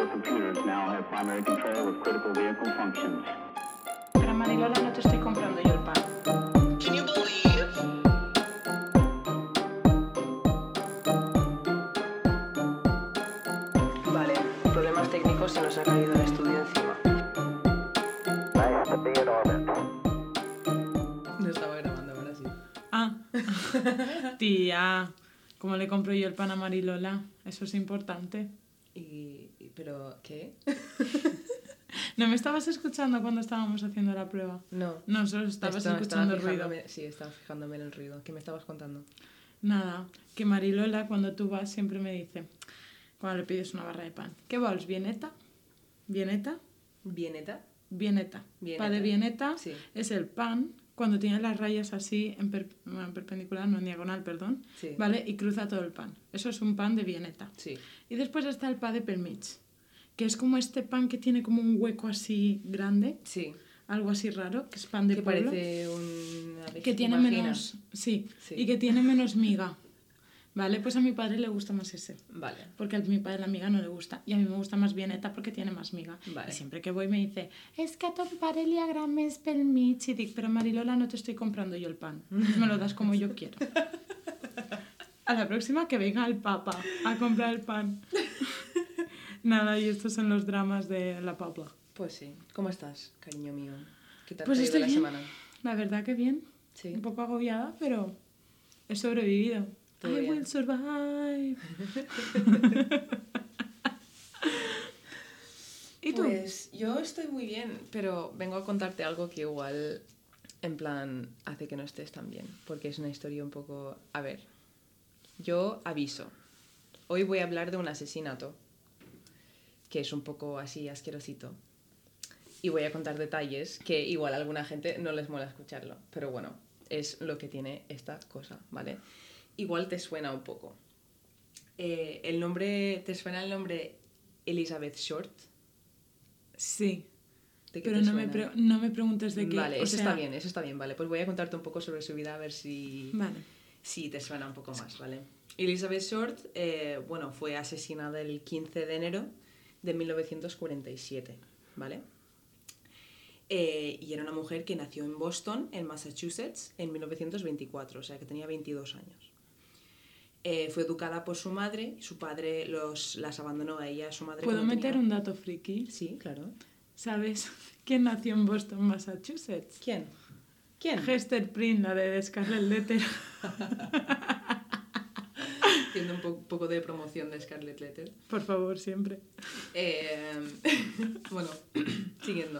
Core computers now have primary control of critical vehicle functions. Para Marilola no te estoy comprando yo el pan. Can you believe? Vale, problemas técnicos, se nos ha caído el estudio encima. I have to be in orbit. No estaba grabando, ahora sí. Ah, tía, ¿cómo le compro yo el pan a Marilola? Eso es importante. ¿Pero qué? ¿No me estabas escuchando cuando estábamos haciendo la prueba? No. No, solo estabas escuchando el ruido. Sí, estaba fijándome en el ruido. ¿Qué me estabas contando? Nada, que Marilola cuando tú vas siempre me dice, cuando le pides una barra de pan, ¿qué vols? ¿Vieneta? ¿Vieneta? ¿Vieneta? Vieneta. Vieneta. Pa de vieneta Sí. es el pan cuando tiene las rayas así en perpendicular, no en diagonal, perdón, Sí. ¿vale? Y cruza todo el pan. Eso es un pan de vieneta. Sí. Y después está el pan de pelmig, que es como este pan que tiene como un hueco así grande, Sí. algo así raro, que es pan de Que pueblo, parece una que tiene vagina. menos, sí, Sí. y que tiene menos miga. ¿Vale? Pues a mi padre le gusta más ese. Vale. Porque a mi padre la miga no le gusta. Y a mí me gusta más vieneta porque tiene más miga. Vale. Y siempre que voy me dice, es que a tu pare li agrada més pel mig. Y dic, pero Marilola, no te estoy comprando yo el pan. Me lo das como yo quiero. A la próxima que venga el papa a comprar el pan. Nada, y estos son los dramas de la Paula. Pues sí. ¿Cómo estás, cariño mío? ¿Qué tal Pues te ha ido estoy la bien. semana? La verdad que bien. Sí. Un poco agobiada, pero he sobrevivido. Todo I bien. will survive. ¿Y tú? Pues yo estoy muy bien, pero vengo a contarte algo que igual, en plan, hace que no estés tan bien. Porque es una historia un poco... A ver, yo aviso. Hoy voy a hablar de un asesinato, que es un poco así asquerosito. Y voy a contar detalles que igual a alguna gente no les mola escucharlo. Pero bueno, es lo que tiene esta cosa, ¿vale? Igual te suena un poco. El nombre... ¿Te suena el nombre Elizabeth Short? Sí. ¿De qué Pero te no me, suena? no me preguntes de qué. Vale, o eso sea, está bien, vale. Pues voy a contarte un poco sobre su vida a ver si, Vale. si te suena un poco más, ¿vale? Elizabeth Short, bueno, fue asesinada el 15 de enero de 1947, ¿vale? Y era una mujer que nació en Boston, en Massachusetts, en 1924, o sea que tenía 22 años. Fue educada por su madre y su padre las abandonó a ella y a su madre. ¿Puedo cuando meter tenía- un dato friki? Sí, claro. ¿Sabes quién nació en Boston, Massachusetts? ¿Quién? ¿Quién? Hester Prynne, la de Scarlet Letter. Haciendo un poco de promoción de Scarlet Letter. Por favor, siempre. Bueno, siguiendo.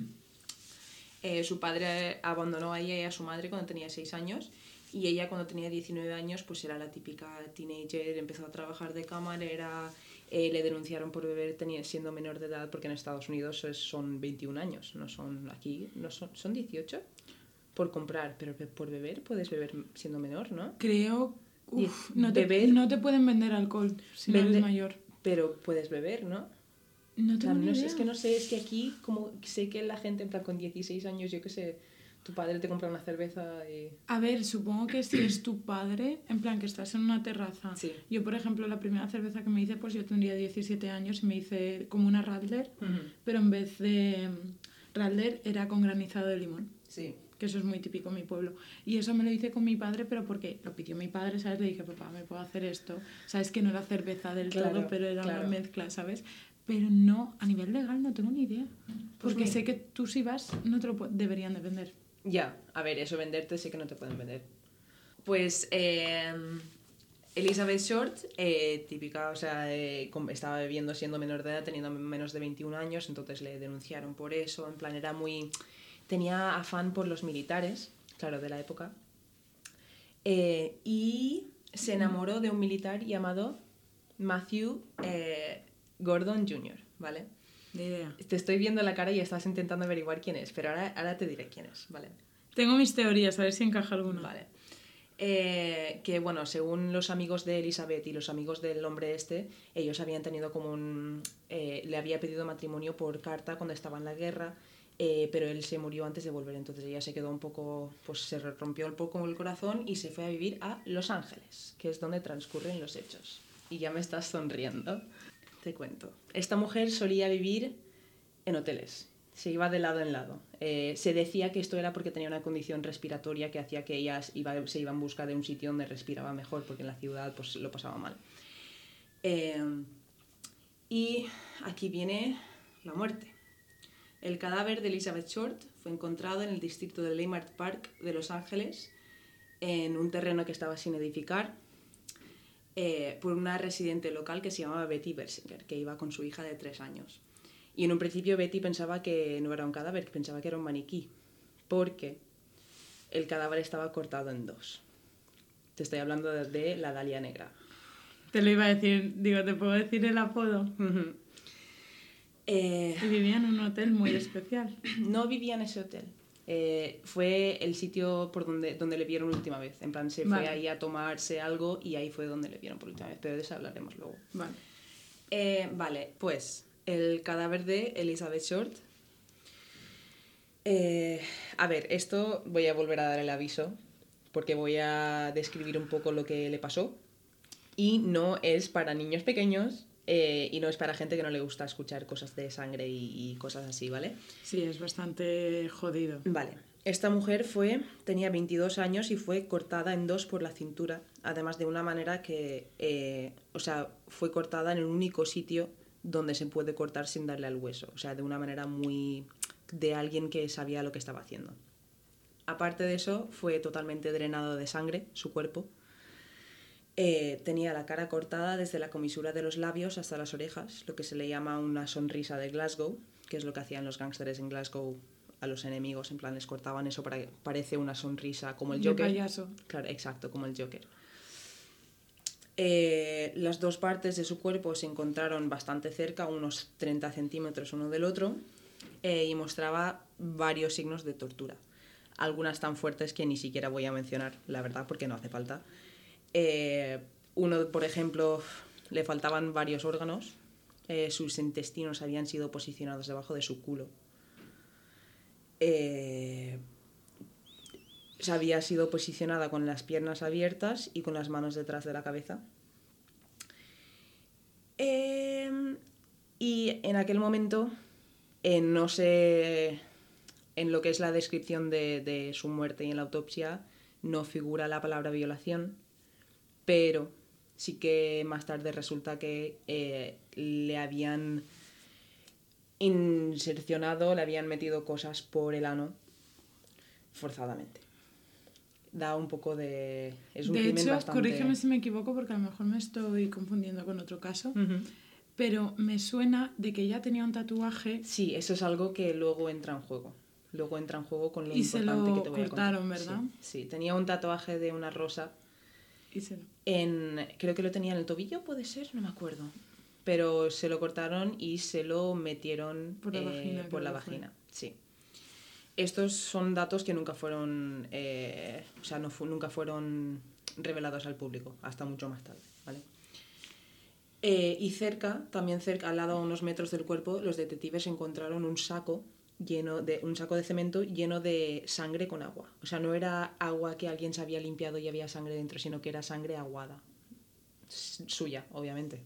Su padre abandonó a ella y a su madre cuando tenía 6 años y ella cuando tenía 19 años pues era la típica teenager, empezó a trabajar de camarera, le denunciaron por beber siendo menor de edad porque en Estados Unidos son 21 años, no son aquí, no son 18 por comprar, pero por beber puedes beber siendo menor, ¿no? Creo... Uf, Y no te pueden vender alcohol si no Vende- eres mayor. Pero puedes beber, ¿no? No tengo ni No sé, idea. es que no sé, es que aquí como sé que la gente en plan con 16 años, yo qué sé, tu padre te compra una cerveza y... A ver, supongo que si es tu padre, en plan que estás en una terraza. Sí. Yo, por ejemplo, la primera cerveza que me hice, pues yo tendría 17 años y me hice como una Radler, pero en vez de Radler era con granizado de limón, Sí. que eso es muy típico en mi pueblo. Y eso me lo hice con mi padre, pero porque lo pidió mi padre, ¿sabes? Le dije, papá, ¿me puedo hacer esto? Sabes que no era cerveza del Claro, todo, pero era claro. una mezcla, ¿sabes? Pero no, a nivel legal no tengo ni idea. Pues Porque mira. sé que tú si vas no te lo deberían de vender. Ya, a ver, eso venderte sé que no te pueden vender. Pues Elizabeth Short, típica, o sea, estaba bebiendo siendo menor de edad, teniendo menos de 21 años, entonces le denunciaron por eso, en plan era muy... Tenía afán por los militares, claro, de la época, y se enamoró de un militar llamado Matthew Gordon Jr., ¿vale? Ni idea. Te estoy viendo la cara y estás intentando averiguar quién es, pero ahora te diré quién es, ¿vale? Tengo mis teorías, a ver si encaja alguna. Vale. Que bueno, según los amigos de Elizabeth y los amigos del hombre este, ellos habían tenido como un... le había pedido matrimonio por carta cuando estaba en la guerra, pero él se murió antes de volver, entonces ella se quedó un poco... pues se rompió un poco el corazón y se fue a vivir a Los Ángeles, que es donde transcurren los hechos. Y ya me estás sonriendo. Te cuento. Esta mujer solía vivir en hoteles. Se iba de lado en lado. Se decía que esto era porque tenía una condición respiratoria que hacía que ella se iba en busca de un sitio donde respiraba mejor, porque en la ciudad pues, lo pasaba mal. Y aquí viene la muerte. El cadáver de Elizabeth Short fue encontrado en el distrito de Leimert Park de Los Ángeles, en un terreno que estaba sin edificar, por una residente local que se llamaba Betty Bersinger, que iba con su hija de 3 años. Y en un principio Betty pensaba que no era un cadáver, que pensaba que era un maniquí, porque el cadáver estaba cortado en 2. Te estoy hablando de la Dalia Negra. Te lo iba a decir, digo, ¿te puedo decir el apodo? Y vivía en un hotel muy especial. No vivía en ese hotel. Fue el sitio por donde le vieron la última vez. En plan, se fue ahí a tomarse algo y ahí fue donde le vieron por última vez. Pero de eso hablaremos luego. Vale, pues el cadáver de Elizabeth Short. A ver, esto voy a volver a dar el aviso porque voy a describir un poco lo que le pasó. Y no es para niños pequeños. Y no es para gente que no le gusta escuchar cosas de sangre y cosas así, ¿vale? Sí, es bastante jodido. Vale. Esta mujer tenía 22 años y fue cortada en 2 por la cintura, además de una manera que, fue cortada en el único sitio donde se puede cortar sin darle al hueso, o sea, de una manera muy de alguien que sabía lo que estaba haciendo. Aparte de eso, fue totalmente drenado de sangre su cuerpo. Tenía la cara cortada desde la comisura de los labios hasta las orejas, lo que se le llama una sonrisa de Glasgow, que es lo que hacían los gángsteres en Glasgow a los enemigos, en plan les cortaban eso para que parece una sonrisa como el Joker. De payaso. Claro, exacto, como el Joker. Las 2 partes de su cuerpo se encontraron bastante cerca, unos 30 centímetros uno del otro, y mostraba varios signos de tortura. Algunas tan fuertes que ni siquiera voy a mencionar, la verdad, porque no hace falta. Uno, por ejemplo, le faltaban varios órganos. Sus intestinos habían sido posicionados debajo de su culo. Había sido posicionada con las piernas abiertas y con las manos detrás de la cabeza. Y en aquel momento, no sé, en lo que es la descripción de su muerte y en la autopsia, no figura la palabra violación, pero sí que más tarde resulta que le habían insercionado, le habían metido cosas por el ano forzadamente. Da un poco de... Es un crimen hecho, bastante... corrígeme si me equivoco porque a lo mejor me estoy confundiendo con otro caso, pero me suena de que ella tenía un tatuaje... Sí, eso es algo que luego entra en juego. Luego entra en juego con lo y importante se lo que te voy a contar. cortaron, ¿verdad? Sí, tenía un tatuaje de una rosa. Y se lo... Creo que lo tenía en el tobillo, ¿puede ser? No me acuerdo. Pero se lo cortaron y se lo metieron por la vagina. Sí. Estos son datos que nunca fueron, nunca fueron revelados al público, hasta mucho más tarde, ¿vale? Y también cerca, al lado a unos metros del cuerpo, los detectives encontraron un saco de cemento lleno de sangre con agua. O sea, no era agua que alguien se había limpiado y había sangre dentro, sino que era sangre aguada. Suya, obviamente.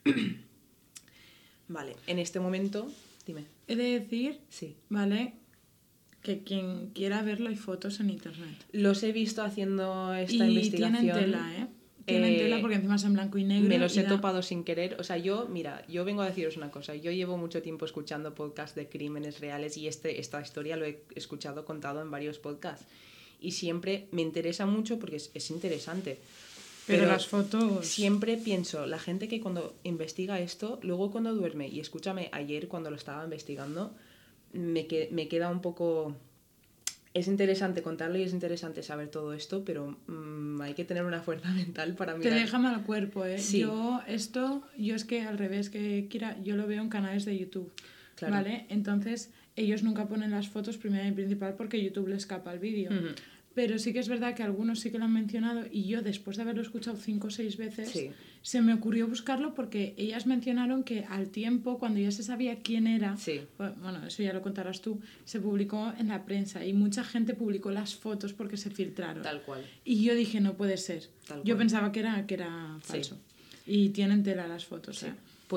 Vale, en este momento, dime. He de decir, sí, ¿vale?, que quien quiera verlo hay fotos en internet. Los he visto haciendo esta investigación. Y tienen tela, ¿eh? Tienen tela porque encima es en blanco y negro. Me los he topado sin querer. O sea, yo vengo a deciros una cosa. Yo llevo mucho tiempo escuchando podcasts de crímenes reales y esta historia lo he escuchado contado en varios podcasts. Y siempre me interesa mucho porque es interesante. Pero las fotos... Siempre pienso, la gente que cuando investiga esto, luego cuando duerme, y escúchame, ayer cuando lo estaba investigando, me queda un poco... Es interesante contarlo y es interesante saber todo esto, pero hay que tener una fuerza mental para mirar. Te deja mal cuerpo, ¿eh? Sí. Yo es que al revés que Kira, yo lo veo en canales de YouTube, claro. ¿Vale? Entonces, ellos nunca ponen las fotos primera y principal porque YouTube le escapa el vídeo. Uh-huh. Pero sí que es verdad que algunos sí que lo han mencionado y yo, después de haberlo escuchado 5 o 6 veces, sí, se me ocurrió buscarlo porque ellas mencionaron que al tiempo, cuando ya se sabía quién era, sí, bueno, eso ya lo contarás tú, se publicó en la prensa y mucha gente publicó las fotos porque se filtraron. tal cual. Y yo dije, no puede ser. Tal yo cual. pensaba que era falso. Sí. Y tienen tela las fotos, sí. ¿eh? Pues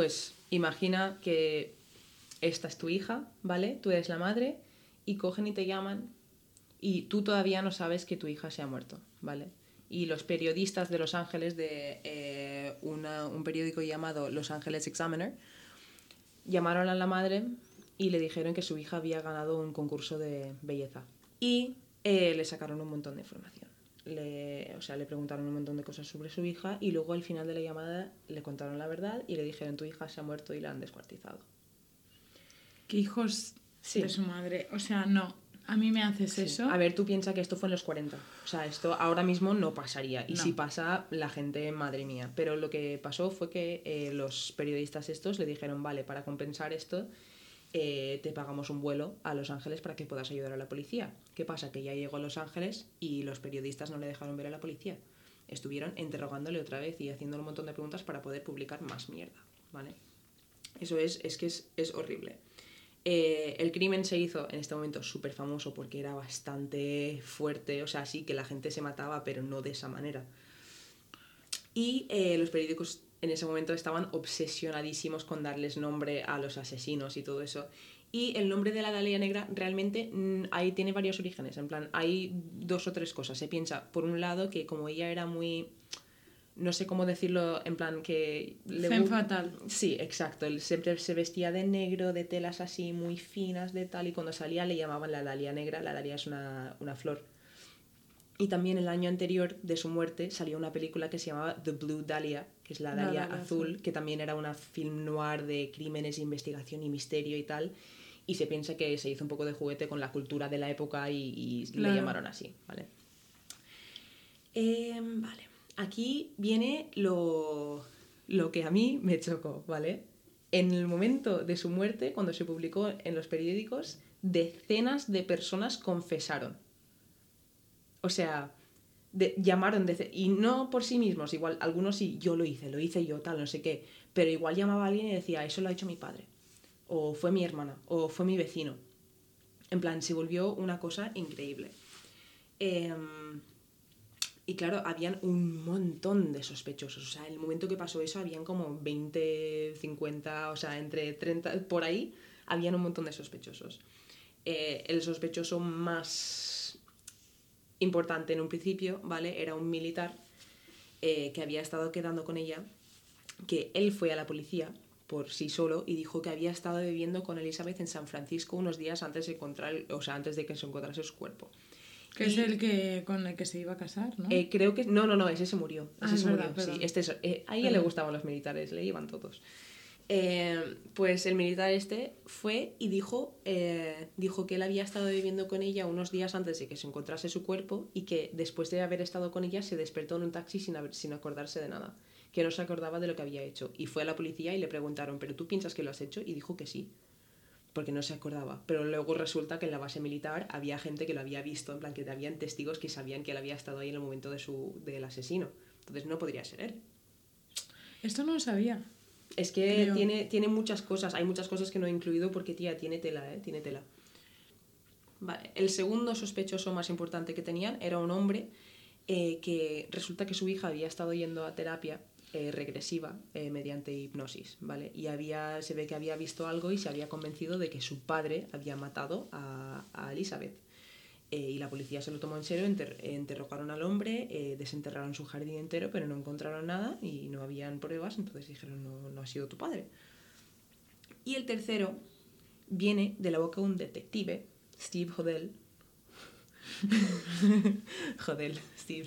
imagina que esta es tu hija, ¿vale? Tú eres la madre y cogen y te llaman y tú todavía no sabes que tu hija se ha muerto, ¿vale? Y los periodistas de Los Ángeles, de un periódico llamado Los Angeles Examiner, llamaron a la madre y le dijeron que su hija había ganado un concurso de belleza. Y le sacaron un montón de información. Le preguntaron un montón de cosas sobre su hija y luego al final de la llamada le contaron la verdad y le dijeron tu hija se ha muerto y la han descuartizado. ¿Qué hijos Sí. de su madre? O sea, no. A mí me haces Sí. eso. A ver, tú piensas que esto fue en los 40. O sea, esto ahora mismo no pasaría. Y No. si pasa, la gente, madre mía. Pero lo que pasó fue que los periodistas estos le dijeron, vale, para compensar esto, te pagamos un vuelo a Los Ángeles para que puedas ayudar a la policía. ¿Qué pasa? Que ya llegó a Los Ángeles y los periodistas no le dejaron ver a la policía. Estuvieron interrogándole otra vez y haciéndole un montón de preguntas para poder publicar más mierda, ¿vale? Eso es horrible. El crimen se hizo en este momento súper famoso porque era bastante fuerte, o sea, sí que la gente se mataba, pero no de esa manera. Y los periódicos en ese momento estaban obsesionadísimos con darles nombre a los asesinos y todo eso. Y el nombre de la Dalia Negra realmente ahí tiene varios orígenes, en plan, hay 2 o 3 cosas. Se piensa, por un lado, que como ella era muy... no sé cómo decirlo, en plan que... Femme fatal. Sí, exacto. Él siempre se vestía de negro, de telas así muy finas, de tal, y cuando salía le llamaban la Dalia Negra. La Dalia es una flor. Y también el año anterior de su muerte salió una película que se llamaba The Blue Dahlia, que es la Dalia azul, que también era una film noir de crímenes, investigación y misterio y tal. Y se piensa que se hizo un poco de juguete con la cultura de la época y Claro. le llamaron así, ¿vale? Vale. Aquí viene lo que a mí me chocó, ¿vale? En el momento de su muerte, cuando se publicó en los periódicos, decenas de personas confesaron. O sea, llamaron, y no por sí mismos, igual algunos sí, yo lo hice yo, tal, no sé qué, pero igual llamaba a alguien y decía, eso lo ha hecho mi padre, o fue mi hermana, o fue mi vecino. En plan, se volvió una cosa increíble. Y claro, habían un montón de sospechosos. O sea, en el momento que pasó eso, habían como 20, 50, o sea, entre 30, por ahí, habían un montón de sospechosos. El sospechoso más importante en un principio, ¿vale? Era un militar que había estado quedando con ella, que él fue a la policía por sí solo y dijo que había estado viviendo con Elizabeth en San Francisco unos días antes de que se encontrase su cuerpo. Que es el que con el que se iba a casar, ¿no? Creo que... No, ese se murió. Ese es se verdad, murió, perdón. sí. A ella le gustaban los militares, le iban todos. Pues el militar este fue y dijo que él había estado viviendo con ella unos días antes de que se encontrase su cuerpo y que después de haber estado con ella se despertó en un taxi sin acordarse de nada, que no se acordaba de lo que había hecho. Y fue a la policía y le preguntaron, ¿pero tú piensas que lo has hecho? Y dijo que sí, porque no se acordaba. Pero luego resulta que en la base militar había gente que lo había visto, en plan que habían testigos que sabían que él había estado ahí en el momento del asesino. Entonces no podría ser él. Esto no lo sabía. Es que Creo. tiene muchas cosas. Hay muchas cosas que no he incluido porque, tía, tiene tela, tiene tela. Vale, el segundo sospechoso más importante que tenían era un hombre que resulta que su hija había estado yendo a terapia regresiva mediante hipnosis, ¿vale? Y se ve que había visto algo y se había convencido de que su padre había matado a Elizabeth. Y la policía se lo tomó en serio, interrogaron al hombre, desenterraron su jardín entero, pero no encontraron nada y no habían pruebas, entonces dijeron, no ha sido tu padre. Y el tercero viene de la boca de un detective, Steve Hodel. Hodel, Steve.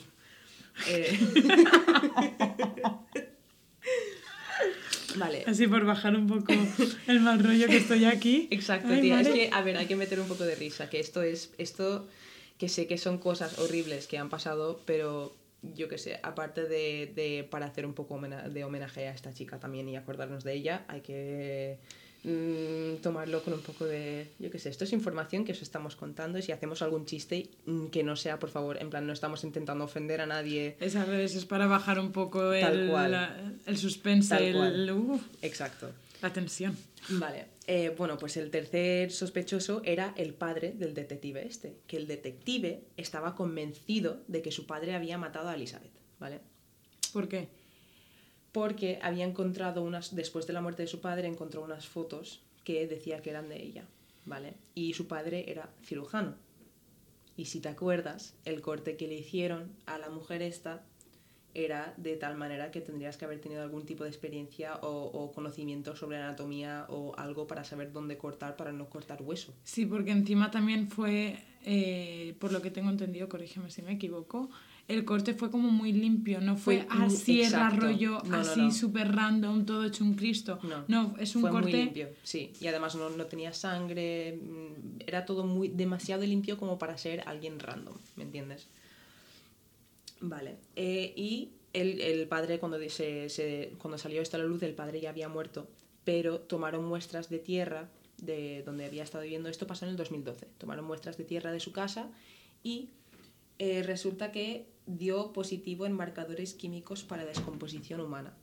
Vale. Así por bajar un poco el mal rollo que estoy aquí. Exacto, Ay, tía. madre. Es que, a ver, hay que meter un poco de risa, que esto que sé que son cosas horribles que han pasado, pero yo que sé, aparte de para hacer un poco de homenaje a esta chica también y acordarnos de ella, hay que tomarlo con un poco de, yo que sé, esto es información que os estamos contando y si hacemos algún chiste que no sea, por favor, en plan, no estamos intentando ofender a nadie. Esas redes es para bajar un poco Tal cual. el suspense, Tal cual. uf, Exacto. la tensión. Vale, bueno, pues el tercer sospechoso era el padre del detective este, que el detective estaba convencido de que su padre había matado a Elizabeth, ¿vale? ¿Por qué? porque había encontrado después de la muerte de su padre, encontró unas fotos que decía que eran de ella, ¿vale? Y su padre era cirujano. Y si te acuerdas, el corte que le hicieron a la mujer esta era de tal manera que tendrías que haber tenido algún tipo de experiencia o conocimiento sobre anatomía o algo para saber dónde cortar para no cortar hueso. Sí, porque encima también fue, por lo que tengo entendido, corrígeme si me equivoco, el corte fue como muy limpio, no fue así el exacto. rollo, No, así súper random, todo hecho un Cristo. No, es un fue corte... muy limpio, sí. Y además no tenía sangre, era todo demasiado limpio como para ser alguien random, ¿me entiendes? Vale. Y el padre, cuando salió esto a la luz, el padre ya había muerto, pero tomaron muestras de tierra de donde había estado viviendo. Esto pasó en el 2012. Tomaron muestras de tierra de su casa y resulta que dio positivo en marcadores químicos para descomposición humana.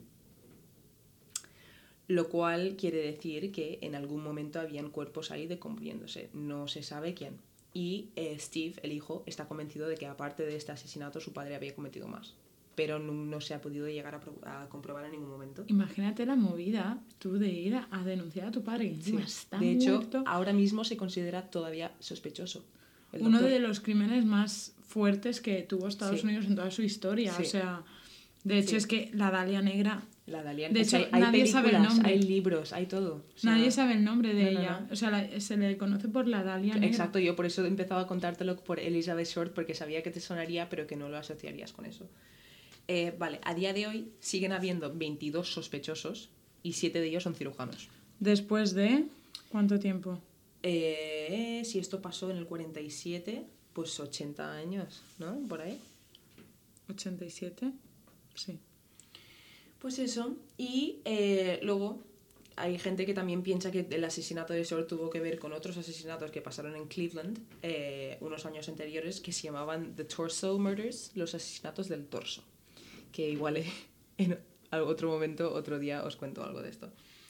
Lo cual quiere decir que en algún momento habían cuerpos ahí decomponiéndose. No se sabe quién. Y Steve, el hijo, está convencido de que aparte de este asesinato su padre había cometido más. Pero no se ha podido llegar a comprobar en ningún momento. Imagínate la movida, tú de ir a denunciar a tu padre. Encima está de hecho, muerto. ahora mismo se considera todavía sospechoso. Uno de los crímenes más fuertes que tuvo Estados Unidos en toda su historia. Sí. O sea, de hecho es que la Dalia Negra... De hecho, hay nadie películas, sabe el nombre. hay libros, hay todo. O sea, nadie sabe el nombre de ella. No. O sea, se le conoce por la Dalia Negra. Exacto, yo por eso he empezado a contártelo por Elizabeth Short, porque sabía que te sonaría, pero que no lo asociarías con eso. Vale, a día de hoy siguen habiendo 22 sospechosos y 7 de ellos son cirujanos. ¿Después de cuánto tiempo? Si esto pasó en el 47, pues 80 años, ¿no? Por ahí. ¿87? Sí. Pues eso. Y luego hay gente que también piensa que el asesinato de Short tuvo que ver con otros asesinatos que pasaron en Cleveland unos años anteriores, que se llamaban The Torso Murders, los asesinatos del torso. Que igual en otro momento, otro día, os cuento algo de esto.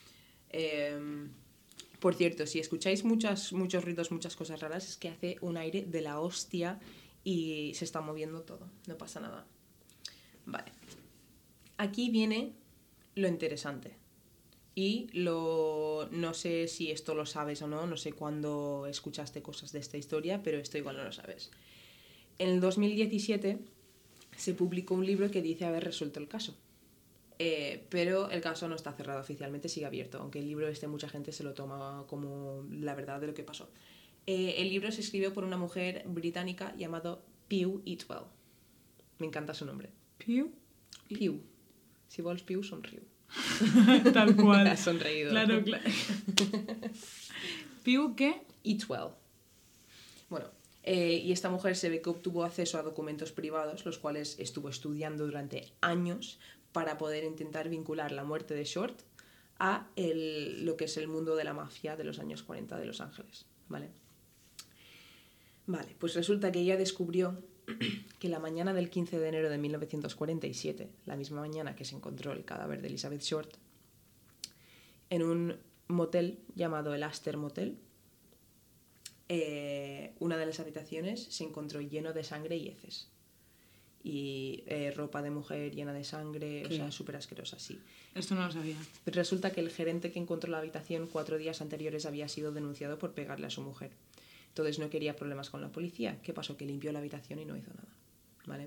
Por cierto, si escucháis muchos ruidos, muchas cosas raras, es que hace un aire de la hostia y se está moviendo todo. No pasa nada. Vale. Aquí viene lo interesante. Y no sé si esto lo sabes o no sé cuándo escuchaste cosas de esta historia, pero esto igual no lo sabes. En el 2017 se publicó un libro que dice haber resuelto el caso. Pero el caso no está cerrado oficialmente, sigue abierto, aunque el libro mucha gente se lo toma como la verdad de lo que pasó. El libro se escribió por una mujer británica llamada Piu Eatwell. Me encanta su nombre. ¿Piu? Piu. Si vols Piu, sonriu. Tal cual. Has sonreído. Claro. ¿Piu qué? Eatwell. Bueno, y esta mujer se ve que obtuvo acceso a documentos privados, los cuales estuvo estudiando durante años para poder intentar vincular la muerte de Short a lo que es el mundo de la mafia de los años 40 de Los Ángeles, ¿vale? Vale, pues resulta que ella descubrió que la mañana del 15 de enero de 1947, la misma mañana que se encontró el cadáver de Elizabeth Short, en un motel llamado el Astor Motel, una de las habitaciones se encontró lleno de sangre y heces. Y ropa de mujer llena de sangre, ¿qué? O sea, súper asquerosa, sí. Esto no lo sabía. Pero resulta que el gerente que encontró la habitación 4 días anteriores había sido denunciado por pegarle a su mujer. Entonces no quería problemas con la policía. ¿Qué pasó? Que limpió la habitación y no hizo nada, ¿vale?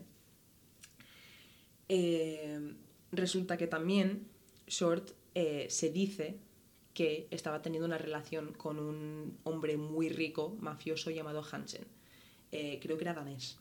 Resulta que también Short se dice que estaba teniendo una relación con un hombre muy rico, mafioso, llamado Hansen. Creo que era danés.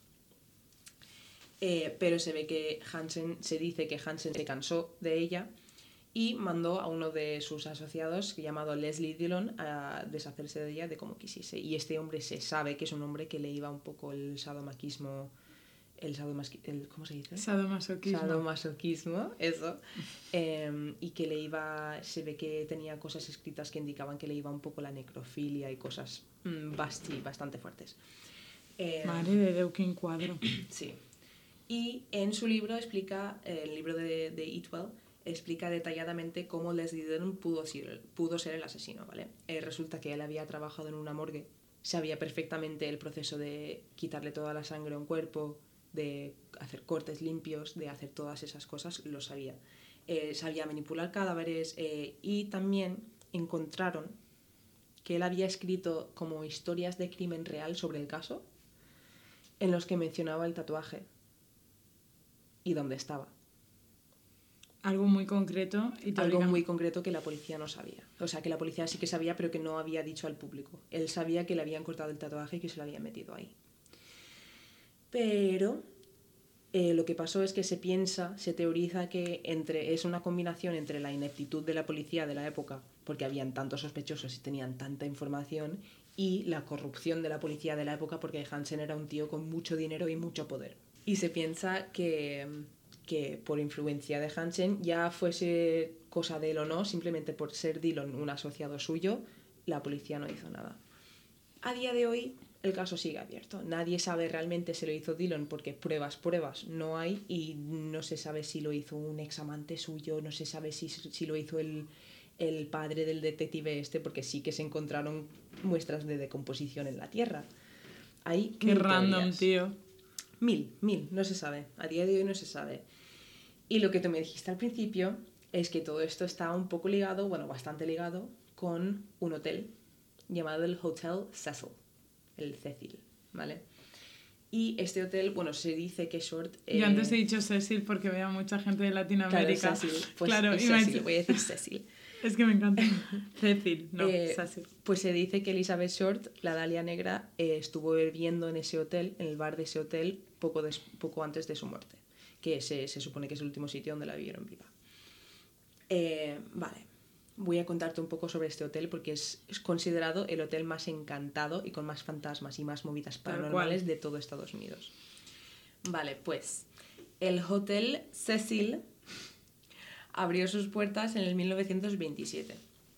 Pero se ve que se dice que Hansen se cansó de ella y mandó a uno de sus asociados, llamado Leslie Dillon, a deshacerse de ella de como quisiese. Y este hombre se sabe que es un hombre que le iba un poco el sadomaquismo... ¿cómo se dice? Sadomasoquismo. Sadomasoquismo, eso. Y que le iba... Se ve que tenía cosas escritas que indicaban que le iba un poco la necrofilia y cosas bastante fuertes. Madre de Déu, qué cuadro. Sí. Y en su libro explica, el libro de Eatwell, explica detalladamente cómo Leslie Dillon pudo ser el asesino, ¿vale? Resulta que él había trabajado en una morgue, sabía perfectamente el proceso de quitarle toda la sangre a un cuerpo, de hacer cortes limpios, de hacer todas esas cosas, lo sabía. sabía manipular cadáveres y también encontraron que él había escrito como historias de crimen real sobre el caso en los que mencionaba el tatuaje y dónde estaba. Algo muy concreto y Algo muy concreto que la policía no sabía. O sea, que la policía sí que sabía, pero que no había dicho al público. Él sabía que le habían cortado el tatuaje y que se lo habían metido ahí. Pero lo que pasó es que se teoriza que es una combinación entre la ineptitud de la policía de la época, porque habían tantos sospechosos y tenían tanta información, y la corrupción de la policía de la época, porque Hansen era un tío con mucho dinero y mucho poder. Y se piensa que por influencia de Hansen, ya fuese cosa de él o no, simplemente por ser Dillon un asociado suyo, la policía no hizo nada. A día de hoy el caso sigue abierto. Nadie sabe realmente si lo hizo Dillon porque pruebas no hay y no se sabe si lo hizo un examante suyo, no se sabe si lo hizo el padre del detective porque sí que se encontraron muestras de decomposición en la tierra. Hay Qué random, teorías. tío. Mil, no se sabe. A día de hoy no se sabe. Y lo que tú me dijiste al principio es que todo esto está un poco ligado, bueno, bastante ligado, con un hotel llamado el Hotel Cecil, el Cecil, ¿vale? Y este hotel, bueno, se dice que Short... Yo antes he dicho Cecil porque veo a mucha gente de Latinoamérica. Claro, Cecil, pues claro, es y me ha Cecil, dicho- voy a decir Cecil. Es que me encanta. Cecil, no, Cecil. Pues se dice que Elizabeth Short, la Dalia Negra, estuvo bebiendo en ese hotel, en el bar de ese hotel, poco antes de su muerte, que se supone que es el último sitio donde la vieron viva. Vale, voy a contarte un poco sobre este hotel porque es considerado el hotel más encantado y con más fantasmas y más movidas Tal paranormales cual. de todo Estados Unidos. Vale, pues el Hotel Cecil abrió sus puertas en el 1927.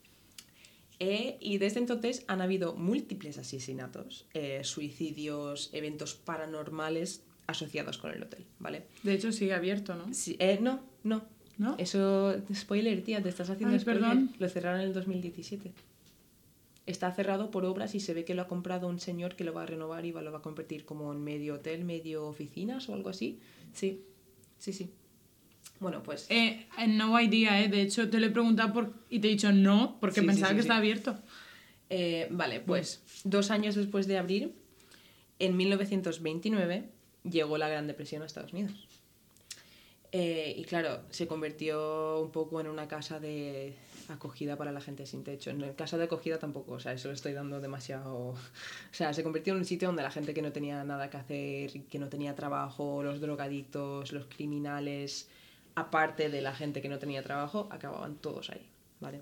Y desde entonces han habido múltiples asesinatos, suicidios, eventos paranormales asociados con el hotel, ¿vale? De hecho, sigue abierto, ¿no? Sí, no. ¿No? Eso, spoiler, tía, te estás haciendo Ay, spoiler. perdón. Lo cerraron en el 2017. Está cerrado por obras y se ve que lo ha comprado un señor que lo va a renovar y lo va a convertir como en medio hotel, medio oficinas o algo así. Sí. Bueno, pues... No idea, ¿eh? De hecho, te lo he preguntado y te he dicho no, porque Sí, pensaba sí, que sí. estaba abierto. Vale, pues 2 años después de abrir, en 1929, llegó la Gran Depresión a Estados Unidos. Y claro, se convirtió un poco en una casa de acogida para la gente sin techo. En casa de acogida tampoco, o sea, eso lo estoy dando demasiado... O sea, se convirtió en un sitio donde la gente que no tenía nada que hacer, que no tenía trabajo, los drogadictos, los criminales, aparte de la gente que no tenía trabajo, acababan todos ahí, ¿vale?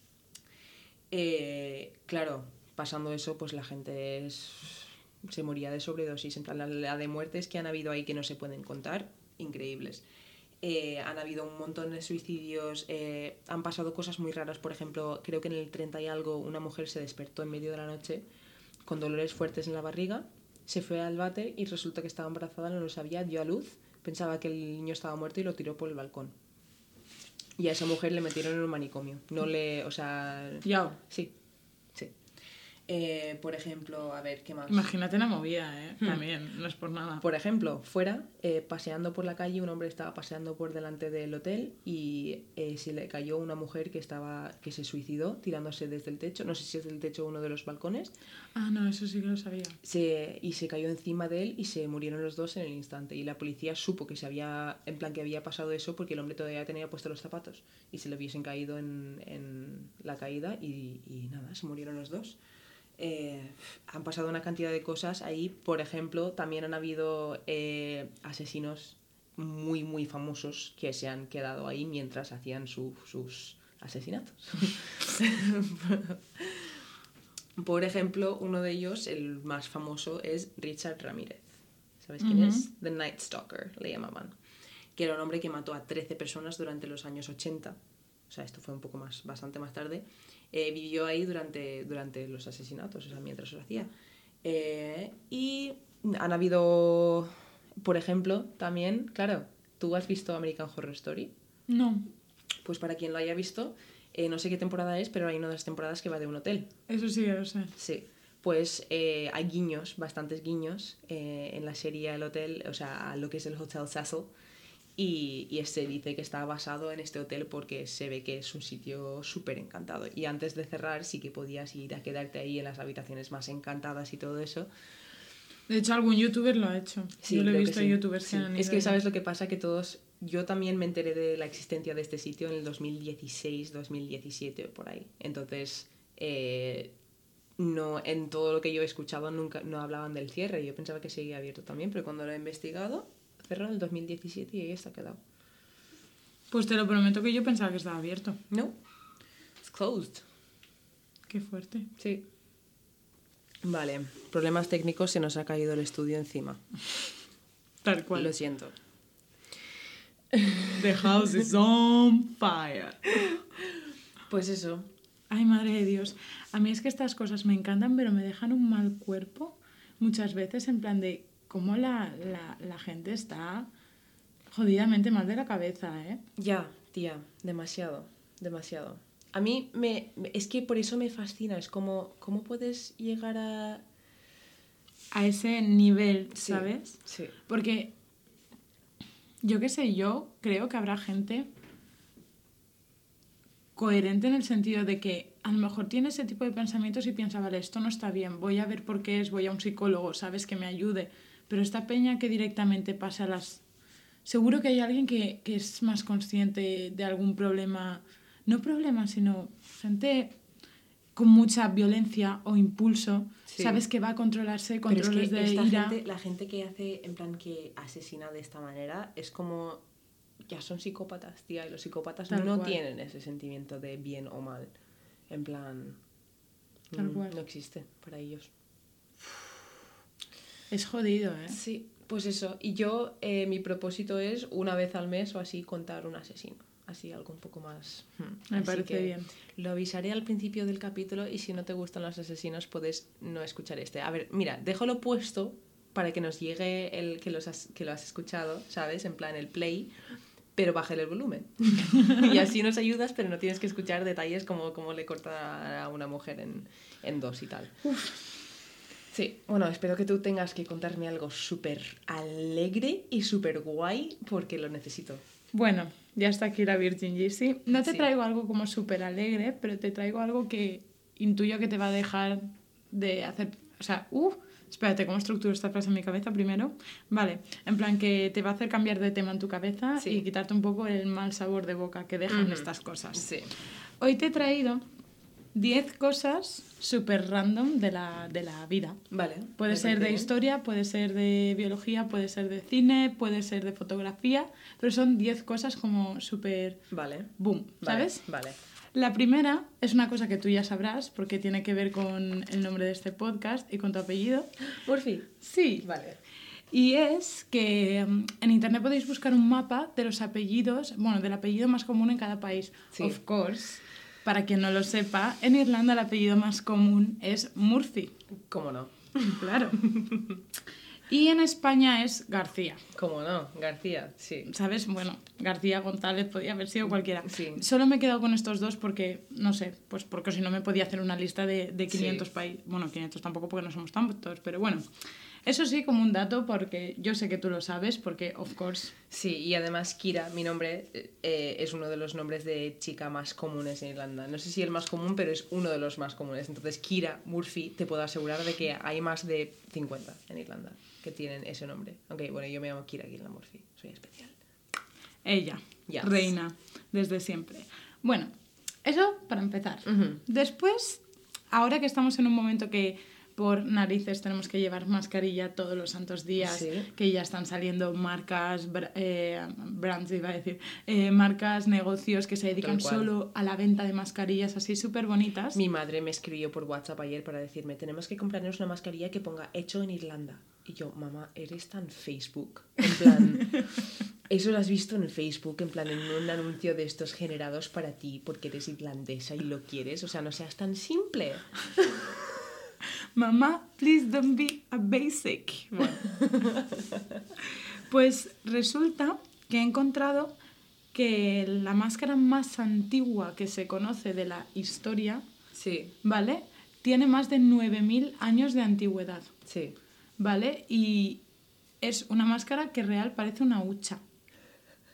Claro, pasando eso, pues la gente se moría de sobredosis. En plan, la de muertes que han habido ahí que no se pueden contar, increíbles. Han habido un montón de suicidios, han pasado cosas muy raras. Por ejemplo, creo que en el 30 y algo una mujer se despertó en medio de la noche con dolores fuertes en la barriga, se fue al váter y resulta que estaba embarazada, no lo sabía, dio a luz, pensaba que el niño estaba muerto y lo tiró por el balcón. Y a esa mujer le metieron en un manicomio. Ya. Sí. Por ejemplo, a ver, ¿qué más? Imagínate la movida, ¿eh? También, no es por nada. Por ejemplo, fuera, paseando por la calle, un hombre estaba paseando por delante del hotel y se le cayó una mujer que se suicidó tirándose desde el techo, no sé si es del techo o uno de los balcones, Ah, no, eso sí que lo sabía. y se cayó encima de él y se murieron los dos en el instante. Y la policía supo que que había pasado eso porque el hombre todavía tenía puestos los zapatos y se le hubiesen caído en la caída y nada, se murieron los dos. Han pasado una cantidad de cosas ahí. Por ejemplo, también han habido asesinos muy, muy famosos que se han quedado ahí mientras hacían sus asesinatos. Por ejemplo, uno de ellos, el más famoso, es Richard Ramírez. ¿Sabes quién es? The Night Stalker, le llamaban. Que era un hombre que mató a 13 personas durante los años 80. O sea, esto fue bastante más tarde. Vivió ahí durante los asesinatos, o sea, mientras los hacía. Y han habido, por ejemplo, también, claro, ¿tú has visto American Horror Story? No, Pues para quien lo haya visto, no sé qué temporada es, pero hay una de las temporadas que va de un hotel. eso sí que lo sé. Sí. Pues hay guiños, bastantes guiños, en la serie El Hotel, o sea, a lo que es el Hotel Cecil. y se dice que está basado en este hotel porque se ve que es un sitio súper encantado. Y antes de cerrar sí que podías ir a quedarte ahí en las habitaciones más encantadas y todo eso. De hecho, algún youtuber lo ha hecho. Sí, Yo lo he creo que visto sí. youtubers Sí. que han Es ido que ahí. sabes lo que pasa, que todos... Yo también me enteré de la existencia de este sitio en el 2016, 2017 o por ahí. Entonces, no, en todo lo que yo he escuchado nunca no hablaban del cierre. Yo pensaba que seguía abierto también, pero cuando lo he investigado, cerró en el 2017 y ahí está quedado. Pues te lo prometo que yo pensaba que estaba abierto. No, it's closed. Qué fuerte. Sí. Vale, problemas técnicos, se nos ha caído el estudio encima. Tal cual. Lo siento. The house is on fire. Pues eso. Ay, madre de Dios. A mí es que estas cosas me encantan, pero me dejan un mal cuerpo muchas veces, en plan de cómo la gente está jodidamente mal de la cabeza, ¿eh? Ya, tía, demasiado, demasiado. A mí es que por eso me fascina, es como, ¿cómo puedes llegar a...? A ese nivel, Sí, ¿sabes? sí. Porque, yo qué sé, yo creo que habrá gente coherente en el sentido de que a lo mejor tiene ese tipo de pensamientos y piensa, vale, esto no está bien, voy a ver por qué es, voy a un psicólogo, ¿sabes? Que me ayude. Pero esta peña que directamente pasa las... Seguro que hay alguien que es más consciente de algún problema, no problema, sino gente con mucha violencia o impulso, Sí. ¿sabes? Que va a controlarse, Pero es controles que de esta ira. gente, la gente que hace, en plan, que asesina de esta manera, es como... Ya son psicópatas, tía, y los psicópatas Tal no cual. tienen ese sentimiento de bien o mal. En plan... Tal cual. No existe para ellos. Es jodido, ¿eh? Sí, pues eso. Y yo, mi propósito es, una vez al mes o así, contar un asesino. Así, algo un poco más... Me Así parece que bien. Lo avisaré al principio del capítulo y si no te gustan los asesinos puedes no escuchar este. A ver, mira, déjalo puesto para que nos llegue el que lo has escuchado, ¿sabes? En plan, el play, pero bájale el volumen. Y así nos ayudas, pero no tienes que escuchar detalles como le corta a una mujer en dos y tal. Sí, bueno, espero que tú tengas que contarme algo súper alegre y súper guay porque lo necesito. Bueno, ya está aquí la Virgin Yeezy. No te Sí. traigo algo como súper alegre, pero te traigo algo que intuyo que te va a dejar de hacer... O sea, espérate, ¿cómo estructuro esta frase en mi cabeza primero? Vale, en plan que te va a hacer cambiar de tema en tu cabeza Sí. y quitarte un poco el mal sabor de boca que dejan estas cosas. Sí. Hoy te he traído 10 cosas súper random de la vida. Vale. Puede me ser de parece bien. historia, puede ser de biología, puede ser de cine, puede ser de fotografía, pero son 10 cosas como súper Vale. boom, ¿sabes? Vale. La primera es una cosa que tú ya sabrás porque tiene que ver con el nombre de este podcast y con tu apellido. Murphy. Sí. Vale. Y es que en internet podéis buscar un mapa de los apellidos, bueno, del apellido más común en cada país. Sí. Of course, para quien no lo sepa, en Irlanda el apellido más común es Murphy. ¿Cómo no? Claro. Y en España es García. ¿Cómo no? García, sí. ¿Sabes? Bueno, García González podía haber sido cualquiera. Sí. Solo me he quedado con estos dos porque, no sé, pues porque si no me podía hacer una lista de 500 Sí. países. Bueno, 500 tampoco porque no somos tantos, pero bueno. Eso sí, como un dato, porque yo sé que tú lo sabes, porque, of course. Sí, y además Kira, mi nombre, es uno de los nombres de chica más comunes en Irlanda. No sé si el más común, pero es uno de los más comunes. Entonces, Kira Murphy, te puedo asegurar de que hay más de 50 en Irlanda que tienen ese nombre. Aunque, bueno, yo me llamo Kira Murphy, soy especial. Ella, Yes. reina, desde siempre. Bueno, eso para empezar. Ujú. Después, ahora que estamos en un momento que por narices tenemos que llevar mascarilla todos los santos días, Sí. que ya están saliendo marcas, brands iba a decir, marcas, negocios que se dedican Tal cual. solo a la venta de mascarillas así súper bonitas. Mi madre me escribió por WhatsApp ayer para decirme, tenemos que comprarnos una mascarilla que ponga hecho en Irlanda. Y yo, mamá, eres tan Facebook. En plan, eso lo has visto en Facebook, en plan, en un anuncio de estos generados para ti porque eres irlandesa y lo quieres. O sea, no seas tan simple. Mamá, please don't be a basic. Bueno. Pues resulta que he encontrado que la máscara más antigua que se conoce de la historia, Sí, ¿vale? Tiene más de 9.000 años de antigüedad, sí. ¿vale? Y es una máscara que real parece una hucha.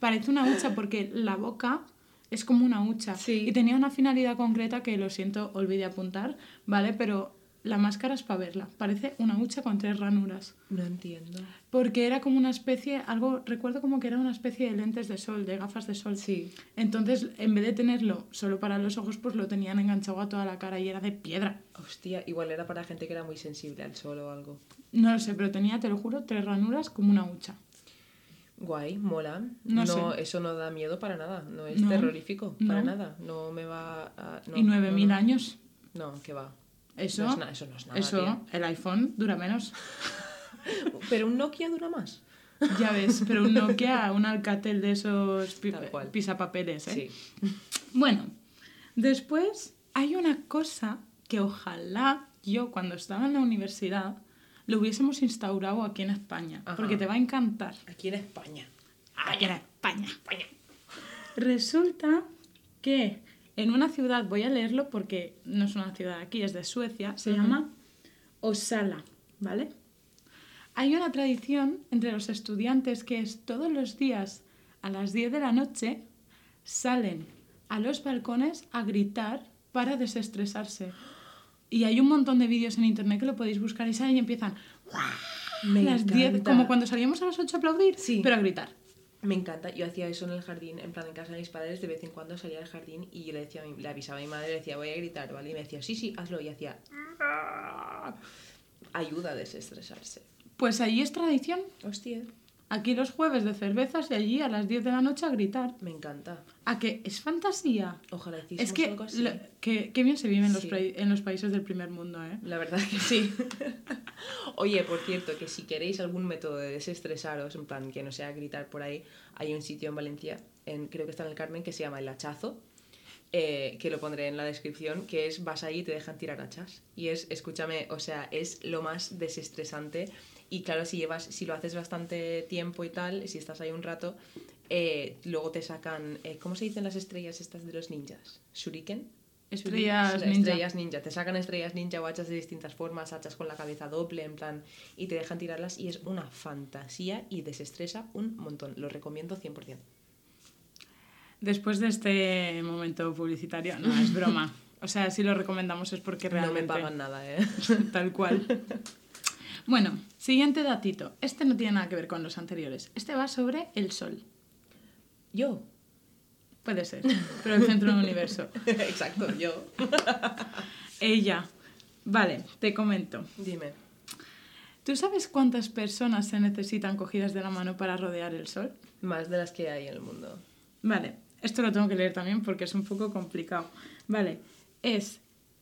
parece una hucha porque la boca es como una hucha. Sí. Y tenía una finalidad concreta que, lo siento, olvidé apuntar, ¿vale? Pero la máscara es para verla. Parece una hucha con 3 ranuras. No entiendo. Porque era como una especie, recuerdo como que era una especie de lentes de sol, de gafas de sol. Sí. Entonces, en vez de tenerlo solo para los ojos, pues lo tenían enganchado a toda la cara y era de piedra. Hostia, igual era para gente que era muy sensible al sol o algo. No lo sé, pero tenía, te lo juro, 3 ranuras como una hucha. Guay, mola. No sé. Eso no da miedo para nada. No es No, terrorífico para no. nada. No me va a... No, Y 9.000 no. años. No, que va. Eso, Eso no es nada, tía. el iPhone dura menos. Pero un Nokia dura más. Ya ves, pero un Nokia, un Alcatel de esos Tal cual. pisapapeles, ¿eh? Sí. Bueno, después hay una cosa que ojalá yo, cuando estaba en la universidad, lo hubiésemos instaurado aquí en España. Ajá. Porque te va a encantar. Aquí en España. Aquí en España. Resulta que en una ciudad, voy a leerlo porque no es una ciudad aquí, es de Suecia, se llama Osala, ¿vale? Hay una tradición entre los estudiantes que es todos los días a las 10 de la noche salen a los balcones a gritar para desestresarse. Y hay un montón de vídeos en internet que lo podéis buscar y salen y empiezan a Me las 10, encanta. como cuando salíamos a las 8 a aplaudir, Sí. pero a gritar. Me encanta. Yo hacía eso en el jardín, en plan en casa de mis padres, de vez en cuando salía al jardín y yo le decía, le avisaba a mi madre, le decía, voy a gritar, ¿vale? Y me decía, sí, hazlo. Y hacía... Ayuda a desestresarse. Pues allí es tradición. Hostia, Aquí los jueves de cervezas y allí a las 10 de la noche a gritar. me encanta. ¿A que es fantasía? Ojalá hiciésemos Es que, algo así. qué bien se vive en los, Sí. en los países del primer mundo, ¿eh? La verdad que sí. Oye, por cierto, que si queréis algún método de desestresaros, en plan que no sea gritar por ahí, hay un sitio en Valencia, creo que está en el Carmen, que se llama El Hachazo, que lo pondré en la descripción, que es, vas ahí y te dejan tirar hachas. Y es, escúchame, o sea, es lo más desestresante. Y claro, si lo haces bastante tiempo y tal, si estás ahí un rato, luego te sacan, ¿cómo se dicen las estrellas estas de los ninjas? ¿Shuriken? Estrellas Sí, ninja. Estrellas ninja. Te sacan estrellas ninja o hachas de distintas formas, hachas con la cabeza doble, en plan, y te dejan tirarlas y es una fantasía y desestresa un montón. Lo recomiendo 100%. Después de este momento publicitario, no, es broma. O sea, si lo recomendamos es porque realmente... No me pagan nada, ¿eh? Tal cual. Bueno, siguiente datito. Este no tiene nada que ver con los anteriores. Este va sobre el Sol. Yo. Puede ser, pero el centro del universo. Exacto, yo. Ella. Vale, te comento. Dime. ¿Tú sabes cuántas personas se necesitan cogidas de la mano para rodear el Sol? Más de las que hay en el mundo. Vale, esto lo tengo que leer también porque es un poco complicado. Vale, es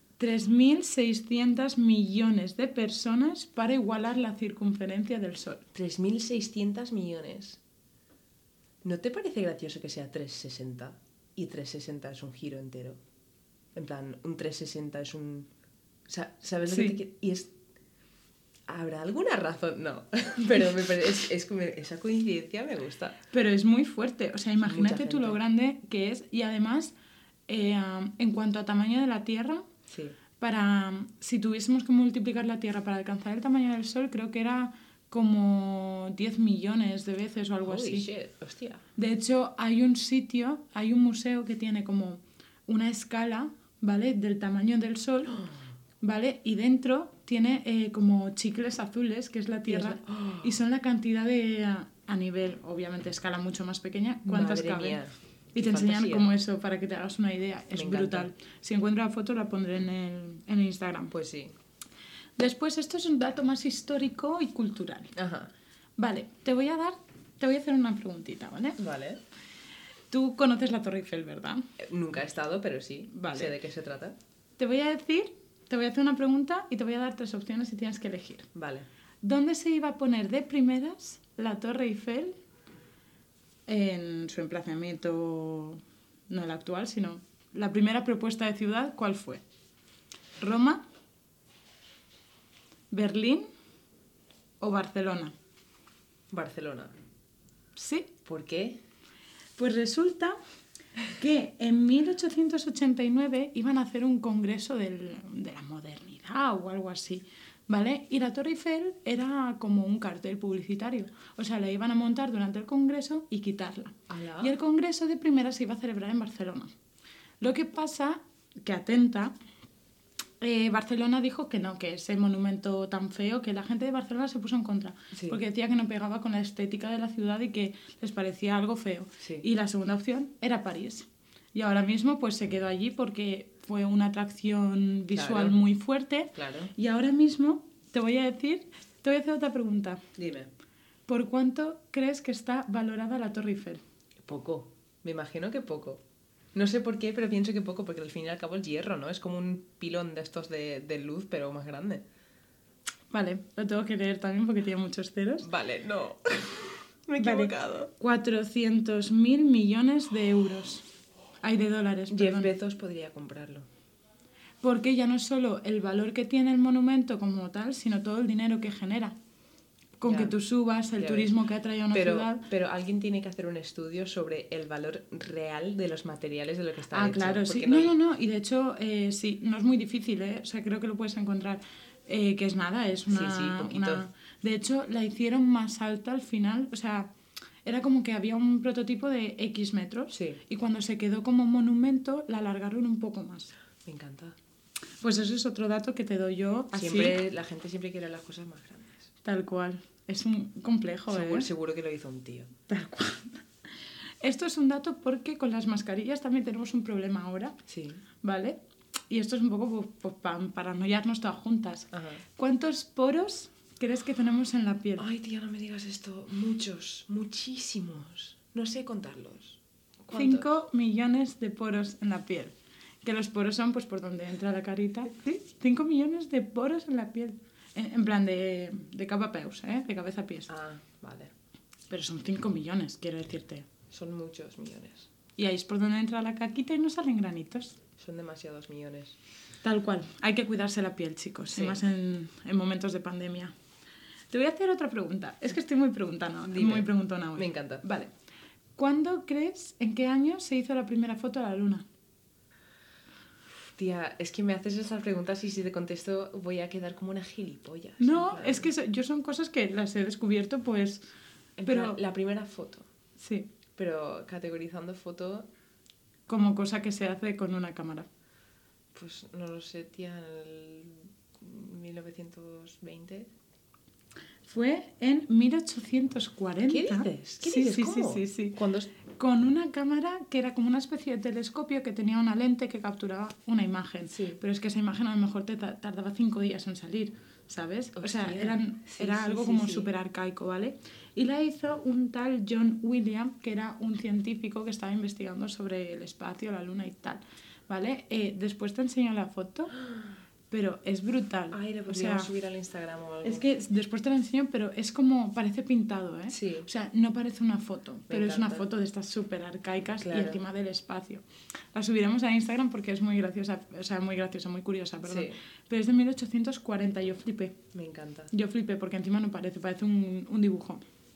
3.600 millones de personas para igualar la circunferencia del Sol. 3.600 millones. ¿No te parece gracioso que sea 360? Y 360 es un giro entero. En plan, un 360 es un... ¿Sabes lo Sí. que te quiero? Y es... ¿Habrá alguna razón? No. Pero me parece, es como... Esa coincidencia me gusta. Pero es muy fuerte. O sea, imagínate Mucha tú lo gente. grande que es. Y además, en cuanto a tamaño de la Tierra, Sí. si tuviésemos que multiplicar la Tierra para alcanzar el tamaño del Sol, creo que era como 10 millones de veces o algo Holy así. shit, hostia. De hecho, hay un sitio, hay un museo que tiene como una escala, ¿vale? Del tamaño del Sol, ¿vale? Y dentro tiene como chicles azules, que es la Tierra, y son la cantidad de, a nivel, obviamente, escala mucho más pequeña, cuántas Madre caben. mía. Y te Qué enseñan fantasía. como eso, para que te hagas una idea. Es Me encanta. brutal. Si encuentro la foto, la pondré en el Instagram. Pues sí. Después, esto es un dato más histórico y cultural. Ajá. Vale, te voy a hacer una preguntita, ¿vale? Vale. Tú conoces la Torre Eiffel, ¿verdad? Nunca he estado, pero sí. Vale. Sé de qué se trata. Te voy a hacer una pregunta y te voy a dar 3 opciones y tienes que elegir. Vale. ¿Dónde se iba a poner de primeras la Torre Eiffel en su emplazamiento, no el actual, sino la primera propuesta de ciudad? ¿Cuál fue? ¿Roma, Berlín o Barcelona? Barcelona. Sí. ¿Por qué? Pues resulta que en 1889 iban a hacer un congreso de la modernidad o algo así, ¿vale? Y la Torre Eiffel era como un cartel publicitario. O sea, la iban a montar durante el Congreso y quitarla. Ala. Y el Congreso de primera se iba a celebrar en Barcelona. Lo que pasa, que atenta, Barcelona dijo que no, que ese monumento tan feo, que la gente de Barcelona se puso en contra. Sí. Porque decía que no pegaba con la estética de la ciudad y que les parecía algo feo. Sí. Y la segunda opción era París. Y ahora mismo pues se quedó allí porque fue una atracción visual Claro. muy fuerte. Claro. Y ahora mismo te voy a hacer otra pregunta. Dime. ¿Por cuánto crees que está valorada la Torre Eiffel? Poco. Me imagino que poco. No sé por qué, pero pienso que poco, porque al fin y al cabo es hierro, ¿no? Es como un pilón de estos de luz, pero más grande. Vale, lo tengo que leer también porque tiene muchos ceros. Vale, no. Me he Vale, equivocado. 400.000 millones de euros. Ay, de dólares, Jeff perdón. Bezos podría comprarlo. Porque ya no es solo el valor que tiene el monumento como tal, sino todo el dinero que genera. Con Ya. que tú subas, el Ya turismo ves. que atrae a una Pero, ciudad. pero alguien tiene que hacer un estudio sobre el valor real de los materiales de lo que está Ah, hecho. claro, sí. porque No. Y de hecho, sí, no es muy difícil, ¿eh? O sea, creo que lo puedes encontrar. Que es nada, es una... Sí, poquito. De hecho, la hicieron más alta al final. O sea, era como que había un prototipo de X metros. Sí. Y cuando se quedó como monumento, la alargaron un poco más. Me encanta. Pues eso es otro dato que te doy yo, así, La gente siempre quiere las cosas más grandes. tal cual. Es un complejo, ¿eh? Seguro que lo hizo un tío. Tal cual. Esto es un dato porque con las mascarillas también tenemos un problema ahora, Sí. ¿vale? Y esto es un poco para paranoiarnos todas juntas. Ajá. ¿Cuántos poros crees que tenemos en la piel? Ay, tía, no me digas esto. Muchos, muchísimos. No sé contarlos. ¿Cuántos? 5 millones de poros en la piel. Que los poros son pues por donde entra la carita. ¿Sí? 5 millones de poros en la piel. En plan de capa a peus, ¿eh? De cabeza a pies. Ah, vale. Pero son 5 millones, quiero decirte. Son muchos millones. Y ahí es por donde entra la caquita y no salen granitos. Son demasiados millones. Tal cual. Hay que cuidarse la piel, chicos. Sí. Y más en momentos de pandemia. Te voy a hacer otra pregunta. Es que estoy muy preguntona, Dime. muy preguntona hoy. Me encanta. Vale. ¿Cuándo crees, en qué año se hizo la primera foto a la luna? Tía, es que me haces esas preguntas y si te contesto voy a quedar como una gilipollas. No, En plan- es que yo son cosas que las he descubierto, pues... en pero- plan, la primera foto. Sí, Pero categorizando foto, como cosa que se hace con una cámara. pues no lo sé, tía, en el 1920. Fue en 1840. ¿Qué dices? ¿Qué Sí, dices? sí, ¿Cómo? sí, sí, sí. ¿Cuándo es- Con una cámara que era como una especie de telescopio que tenía una lente que capturaba una imagen. Sí. Pero es que esa imagen a lo mejor te tardaba 5 días en salir, ¿sabes? O sea, Hostia. Sí, era sí, algo sí, como sí. súper arcaico, ¿vale? Y la hizo un tal John William, que era un científico que estaba investigando sobre el espacio, la luna y tal, ¿vale? Después te enseño la foto, pero es brutal. Ay, le O podríamos sea, subir al Instagram o algo. es que después te la enseño, pero es como, parece pintado, ¿eh? Sí. O sea, no parece una foto, pero es una encanta. foto de estas súper arcaicas Claro. y encima del espacio. La subiremos a Instagram porque es muy graciosa, muy curiosa, perdón. Sí. Pero es de 1840, yo flipé. Me encanta. Yo flipé porque encima no parece un dibujo.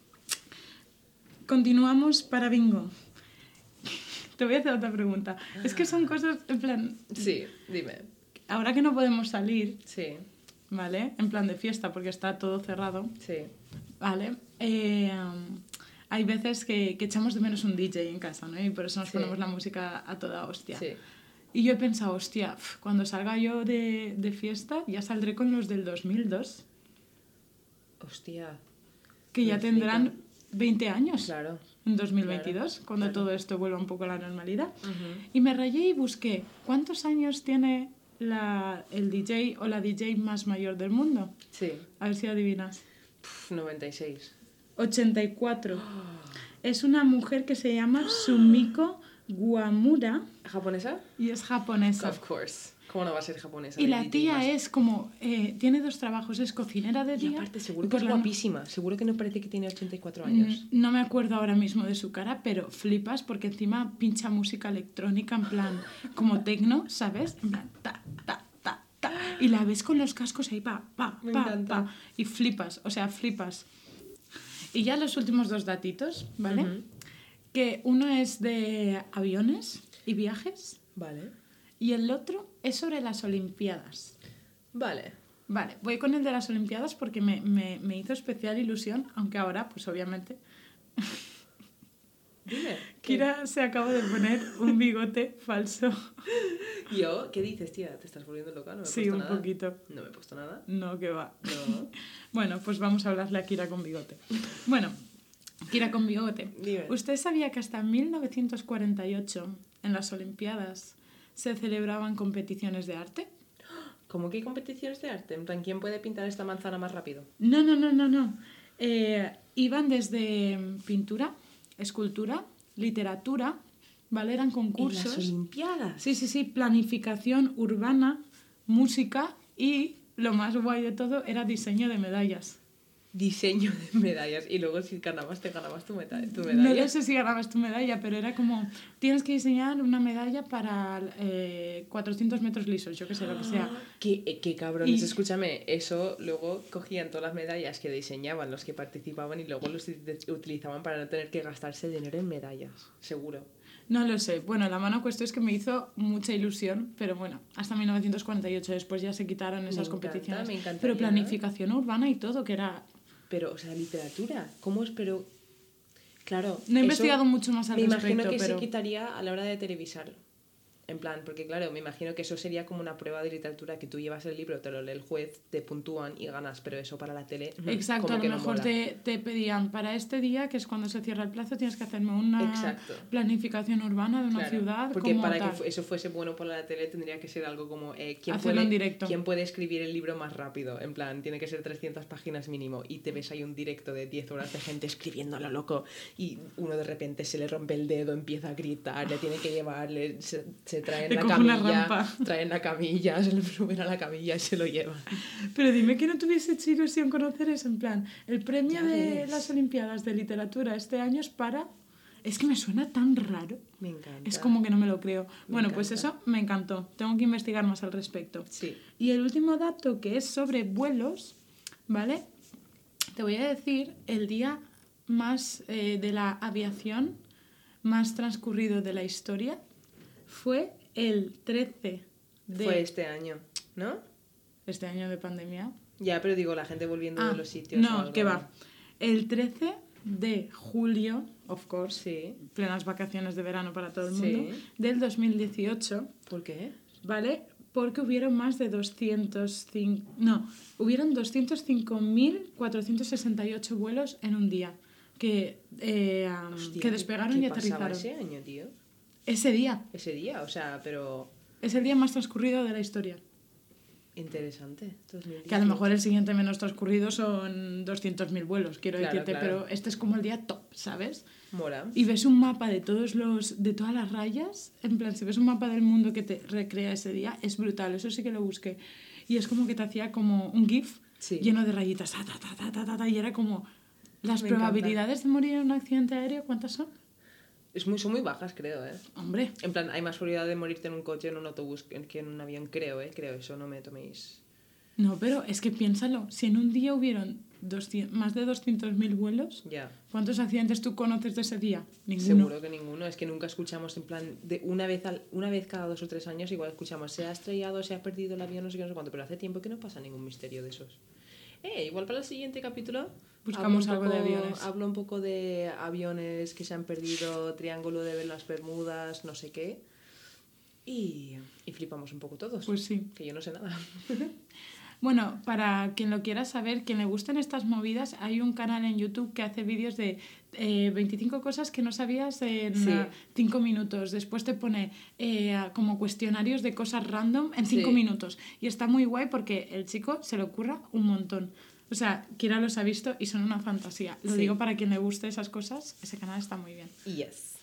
Continuamos para bingo. Te voy a hacer otra pregunta. Es que son cosas, en plan, Sí, dime. ahora que no podemos salir, Sí, ¿vale? En plan de fiesta porque está todo cerrado. sí. Vale. Hay veces que echamos de menos un DJ en casa, ¿no? Y por eso nos Sí. ponemos la música a toda hostia. Sí. Y yo he pensado, hostia, cuando salga yo de fiesta ya saldré con los del 2002, Hostia. que ya Flipita. tendrán 20 años Claro. en 2022, Claro, cuando claro. todo esto vuelva un poco a la normalidad. Ujú. Y me rayé y busqué, ¿cuántos años tiene el DJ o la DJ más mayor del mundo? Sí. A ver si adivinas. 96. 84. Es una mujer que se llama Sumiko Guamura ¿Japonesa? y es japonesa. Of course. ¿Cómo no va a ser japonesa? Y la DJ tía más- es como, tiene 2 trabajos, es cocinera de Y día. aparte, seguro y que por es la no- guapísima. Seguro que no parece que tiene 84 años. No me acuerdo ahora mismo de su cara, pero flipas porque encima pincha música electrónica en plan como tecno, ¿sabes? En plan ta, ta, ta, ta. Y la ves con los cascos ahí pa, pa, Me pa, encanta. pa. Y flipas, o sea, flipas. Y ya los últimos 2 datitos, ¿vale? Ujú. Que uno es de aviones y viajes Vale. y el otro es sobre las Olimpiadas. Vale. Vale, voy con el de las Olimpiadas porque me hizo especial ilusión, aunque ahora, pues obviamente, Dime. Kira se acaba de poner un bigote falso. ¿Yo? ¿Qué dices, tía? ¿Te estás volviendo loca? ¿No me he Sí, puesto un nada? poquito. No me he puesto nada. No, que va. No. Bueno, pues vamos a hablarle a Kira con bigote. Bueno, Kira con bigote. Dime. ¿Usted sabía que hasta 1948 en las Olimpiadas se celebraban competiciones de arte? ¿Cómo que hay competiciones de arte? En plan, ¿quién puede pintar esta manzana más rápido? No. Iban desde pintura, escultura, literatura, ¿vale? Eran ¿En concursos. las Olimpiadas? Sí, planificación urbana, música y lo más guay de todo era diseño de medallas. Diseño de medallas. Y luego si ganabas, te ganabas tu medalla. No lo sé si ganabas tu medalla, pero era como, tienes que diseñar una medalla para 400 metros lisos, yo que sé, lo que sea. Qué cabrones. Y- Escúchame, eso luego cogían todas las medallas que diseñaban los que participaban y luego los utilizaban para no tener que gastarse dinero en medallas. Seguro. No lo sé. Bueno, la mano cuesta es que me hizo mucha ilusión, pero bueno, hasta 1948 después ya se quitaron esas encanta, competiciones. me encantaría. Pero planificación urbana y todo, que era... Pero, o sea, literatura. ¿Cómo es? Pero, claro. No he eso investigado mucho más al me respecto, imagino que pero... se quitaría a la hora de televisar. En plan, porque claro, me imagino que eso sería como una prueba de literatura, que tú llevas el libro, te lo lee el juez, te puntúan y ganas, pero eso para la tele... Exacto, como a lo que no mejor mola. te pedían para este día, que es cuando se cierra el plazo, tienes que hacerme una Exacto. planificación urbana de una Claro, ciudad. porque como para tal. que eso fuese bueno para la tele tendría que ser algo como Hacerlo en directo. ¿quién puede escribir el libro más rápido? En plan, tiene que ser 300 páginas mínimo y te ves ahí un directo de 10 horas de gente escribiendo a lo loco y uno de repente se le rompe el dedo, empieza a gritar, le tiene que llevar, se traen Le la coge una camilla, rampa. traen la camilla, se le suben a la camilla y se lo llevan. Pero dime que no tuviese hecho ilusión conocer eso, en plan, el premio Ya de ves. las Olimpiadas de Literatura este año es para... Es que me suena tan raro. Me encanta. Es como que no me lo creo. Me Bueno, pues encanta. eso me encantó. Tengo que investigar más al respecto. Sí. Y el último dato que es sobre vuelos, ¿vale? Te voy a decir el día más de la aviación más transcurrido de la historia fue el 13 de Fue este año, ¿no? este año de pandemia. Ya, pero digo, la gente volviendo de los sitios. o No, algo. que va. El 13 de julio, of course, Sí. plenas vacaciones de verano para todo el Sí. mundo, del 2018, ¿Por qué? ¿vale? Porque hubieron más de 205... No, hubieron 205.468 vuelos en un día que Hostia, que despegaron ¿qué y pasaba aterrizaron. ese año, tío? Ese día. Ese día, o sea, pero Es el día más transcurrido de la historia. interesante. 2018. Que a lo mejor el siguiente menos transcurrido son 200.000 vuelos, quiero Claro, decirte, claro. pero este es como el día top, ¿sabes? Mola. Y ves un mapa de de todas las rayas, en plan, si ves un mapa del mundo que te recrea ese día, es brutal, eso sí que lo busqué. Y es como que te hacía como un GIF Sí. lleno de rayitas, y era como, las Me probabilidades de morir en un accidente aéreo, ¿cuántas son? Son muy bajas, creo, ¿eh? Hombre, En plan, hay más probabilidad de morirte en un coche o en un autobús que en un avión, creo, ¿eh? Creo, eso no me toméis... no, pero es que piénsalo, si en un día hubieron más de 200.000 vuelos, Ya. ¿cuántos accidentes tú conoces de ese día? Ninguno. Seguro que ninguno. Es que nunca escuchamos, en plan, de una vez cada 2 o 3 años, igual escuchamos, se ha estrellado, se ha perdido el avión, no sé qué, no sé cuánto, pero hace tiempo que no pasa ningún misterio de esos. Igual para el siguiente capítulo Buscamos hablo un algo de poco- aviones. Hablo un poco de aviones que se han perdido, triángulo de las Bermudas, no sé qué. Y flipamos un poco todos. Pues sí. Que yo no sé nada. Bueno, para quien lo quiera saber, quien le gusten estas movidas, hay un canal en YouTube que hace vídeos de 25 cosas que no sabías en Sí. 5 minutos. Después te pone como cuestionarios de cosas random en 5 Sí. minutos. Y está muy guay porque el chico se le ocurra un montón. O sea, Kira los ha visto y son una fantasía. Lo Sí. digo para quien le guste esas cosas, ese canal está muy bien. Yes.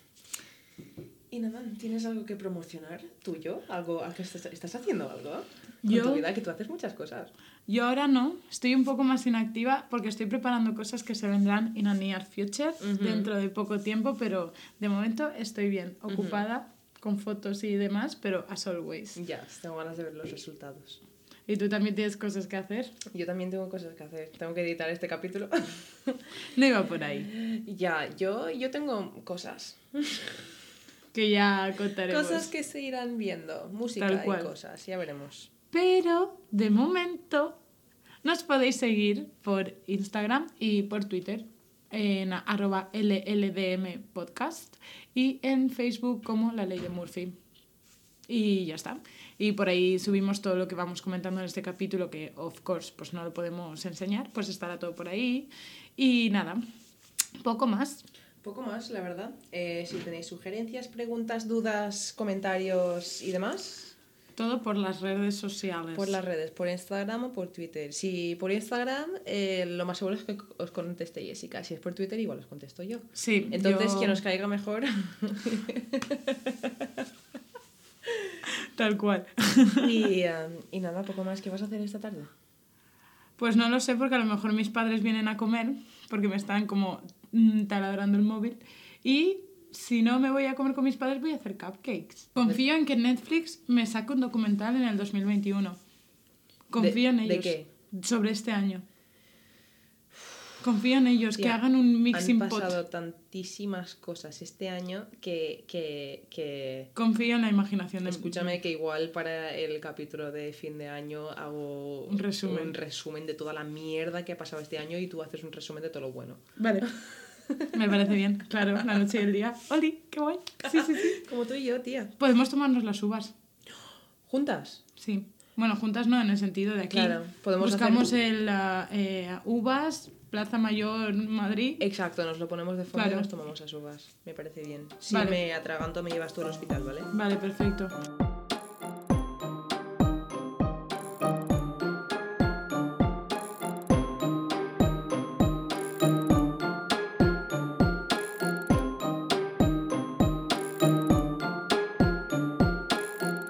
Y nada, ¿tienes algo que promocionar tuyo? ¿Algo que estás haciendo algo? Con Yo- tu vida, que tú haces muchas cosas. Yo ahora no, estoy un poco más inactiva porque estoy preparando cosas que se vendrán in a near future, Ujú. dentro de poco tiempo, pero de momento estoy bien, ocupada con fotos y demás, pero as always. Ya, tengo ganas de ver los resultados. ¿Y tú también tienes cosas que hacer? Yo también tengo cosas que hacer. Tengo que editar este capítulo. No iba por ahí, Ya, yo tengo cosas. que ya contaremos. Cosas que se irán viendo. Música Tal cual. y cosas, ya veremos. Pero, de momento, Nos podéis seguir por Instagram y por Twitter en @LLDM podcast y en Facebook como La Ley de Murphy. Y ya está. Y por ahí subimos todo lo que vamos comentando en este capítulo, que of course pues no lo podemos enseñar, pues estará todo por ahí. Y nada, poco más. Poco más, la verdad. Si tenéis sugerencias, preguntas, dudas, comentarios y demás, Todo por las redes sociales. por las redes, por Instagram o por Twitter. Si por Instagram, lo más seguro es que os conteste Jessica. Si es por Twitter, igual os contesto yo. Sí, Entonces, yo- quien os caiga mejor. Tal cual. y nada, poco más. ¿Qué vas a hacer esta tarde? Pues no lo sé porque a lo mejor mis padres vienen a comer porque me están como taladrando el móvil y si no me voy a comer con mis padres voy a hacer cupcakes. Confío en que Netflix me saque un documental en el 2021. Confío en ellos. ¿De qué? Sobre este año. Confío en ellos, que Tía, hagan un mixing Han pot. pasado tantísimas cosas este año que Confío en la imaginación de escúchame que igual para el capítulo de fin de año hago Un resumen. un resumen de toda la mierda que ha pasado este año y tú haces un resumen de todo lo bueno. Vale. Me parece bien, claro, la noche y el día. ¡Oli! ¡Qué guay! Sí, sí, sí. Como tú y yo, tía. Podemos tomarnos las uvas. ¿Juntas? Sí. Bueno, juntas no, en el sentido de aquí. Claro, podemos buscamos hacer- uvas, Plaza Mayor, Madrid. Exacto, nos lo ponemos de fondo Claro. y nos tomamos las uvas. Me parece bien. Si Vale. me atraganto me llevas tú al hospital, ¿vale? Vale, perfecto.